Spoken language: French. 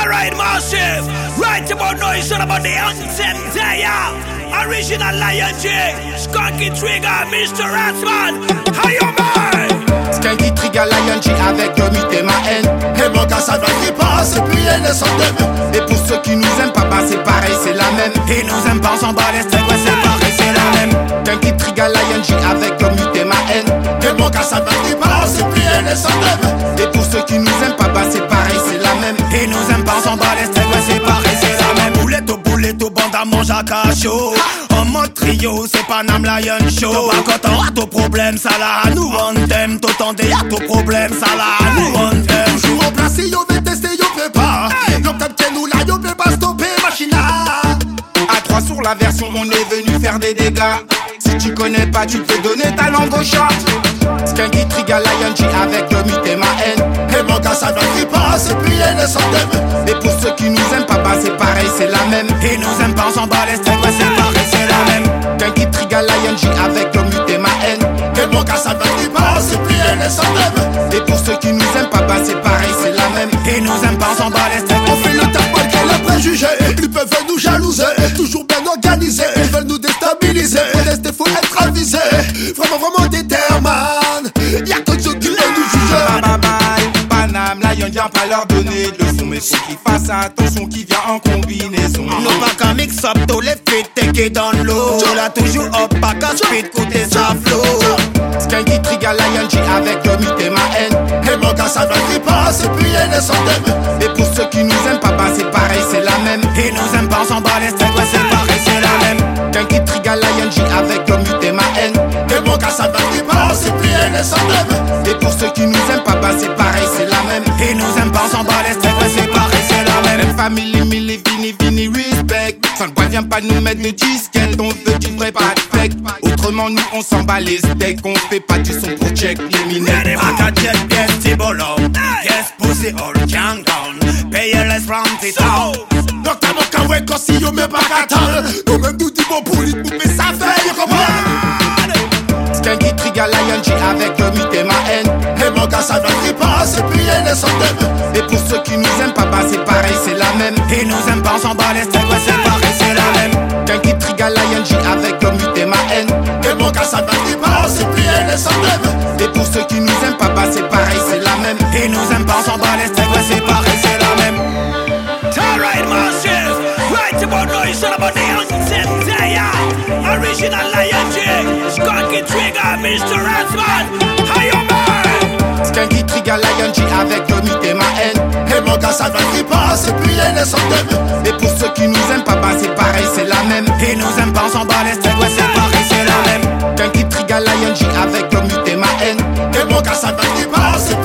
Alright, massive. Right about now, it's all about the anthem there. Original Lion J, Skunky Trigger, Mr. Ratsman. How you man? Skunky Trigger, Lion J avec le mythe et ma haine. Et mon gars, ça va qui passe, et puis elle est sans thème. Et pour ceux qui nous aiment pas, bah c'est pareil, c'est la même. Ils nous aiment pas, on s'en bat les steaks, ouais c'est pareil, c'est la même. Skunky Trigger, Lion J avec le mythe et ma haine. Et mon gars, ça va qui passe, et puis elle est sans thème. Et pour ceux qui nous aiment pas, bah c'est pareil, c'est la même. Ils nous aiment pas, on s'en bat les steaks, ouais c'est pareil, c'est la même. Bouletto, bande à manger à cachot. En mode trio, c'est Panam Lion Show. T'as pas content, à ton problème, ça là, nous on t'aime. T'entendais, à ton problème, ça là, nous on t'aime. Toujours en place, yo veut tester, yo peut pas. Yo peut-être que nous là, yo peut pas stopper, machina. À 3 sur la version, on est venu faire des dégâts. Si tu connais pas, tu peux donner ta langue au chat. Skunky Trigger, Lion J avec le mythe et ma haine. Et mon gars, ça va qui passe, et puis elle est sans thème. Et pour ceux qui nous aiment pas, bah c'est pareil, c'est la même. Ils nous aiment pas, on s'en bat les steaks, ouais c'est pareil, c'est la même. Skunky Trigger, Lion J avec le mythe et ma haine. Et mon gars, ça va qui passe, et puis elle est sans thème. Et pour ceux qui nous aiment pas, bah c'est pareil, c'est la même. Ils nous aiment pas, on s'en bat les steaks. On fait le taf malgré les préjugés. Ils peuvent nous jalouser, toujours bien organisés. Ils veulent nous déstabiliser. Modeste, faut être avisé. Vraiment détermine. Y'a que ceux qui veulent nous juger. Bye bye bye, Panam, Lion vient pas leur donner de leçons. Mais faut qu'ils fassent attention, qui vient en combinaison. Nous pas qu'un mix-up, tous les feats qui dans l'eau. Tu l'as toujours up, pas qu'un speed, côté sa flow. Skunky Trigger, Lion J avec le mythe et ma haine. Et mon gars, ça va qui passe, et puis elle est sans thème. Et pour ceux qui nous aiment pas, bah c'est pareil, c'est la même. Ils nous aiment pas, on s'en bat les steaks, ouais c'est pareil, c'est la même. Skunky Trigger, Lion J avec le mythe et ma haine. Et mon gars, ça va qui passe, et puis elle est sans thème. Et pour ceux qui nous aiment pas, bah c'est pareil, c'est la même. Ils nous aiment pas, on s'en bat les steaks, ouais c'est pareil, c'est la même. Même family, Millie, Vini, respect. Sans quoi viens pas nous mettre de disquette. On veut du vrai, pas de fake. Autrement nous on s'en bat les steaks. On fait pas du son pour check les minets. Ready, back a jet, yes, Tibolo. Yes, pussy, all can down. Pay less from the town. Donc t'as mon cahouet quand si yo mais pas qu'attendre. Nous même nous disons pour lui, pour mais ça fait, yo comprends. Skunky Trigger, Lion J avec le mythe et ma haine. Et mon gars, ça va qui passe, et puis elle est sans thème. Et pour ceux qui nous aiment pas, bah c'est pareil, c'est la même. Ils nous aiment pas, on s'en bat les steaks, ouais c'est pareil, c'est la même. Skunky Trigger, Lion J avec le mythe et ma haine. Et mon gars, ça va qui passe, et puis elle est sans thème. Et pour ceux qui nous aiment pas, bah c'est pareil, c'est la même. Ils nous aiment pas, on s'en bat les steaks, ouais c'est pareil, c'est la même. Alright, massive. Right about now, it's all about the anthem there. Original Lion J, Skunky Trigger, Mr. Ratsman. How you man? Skunky Trigger, Lion J avec le mythe et ma haine. Et mon gars, ça va qui passe, et puis elle est sans thème. Et pour ceux qui nous aiment pas, bah c'est pareil, c'est la même. Ils nous aiment pas, on s'en bat les steaks, ouais c'est pareil, c'est la même. Skunky Trigger, Lion J avec le mythe et ma haine. Et mon gars, ça va qui passe,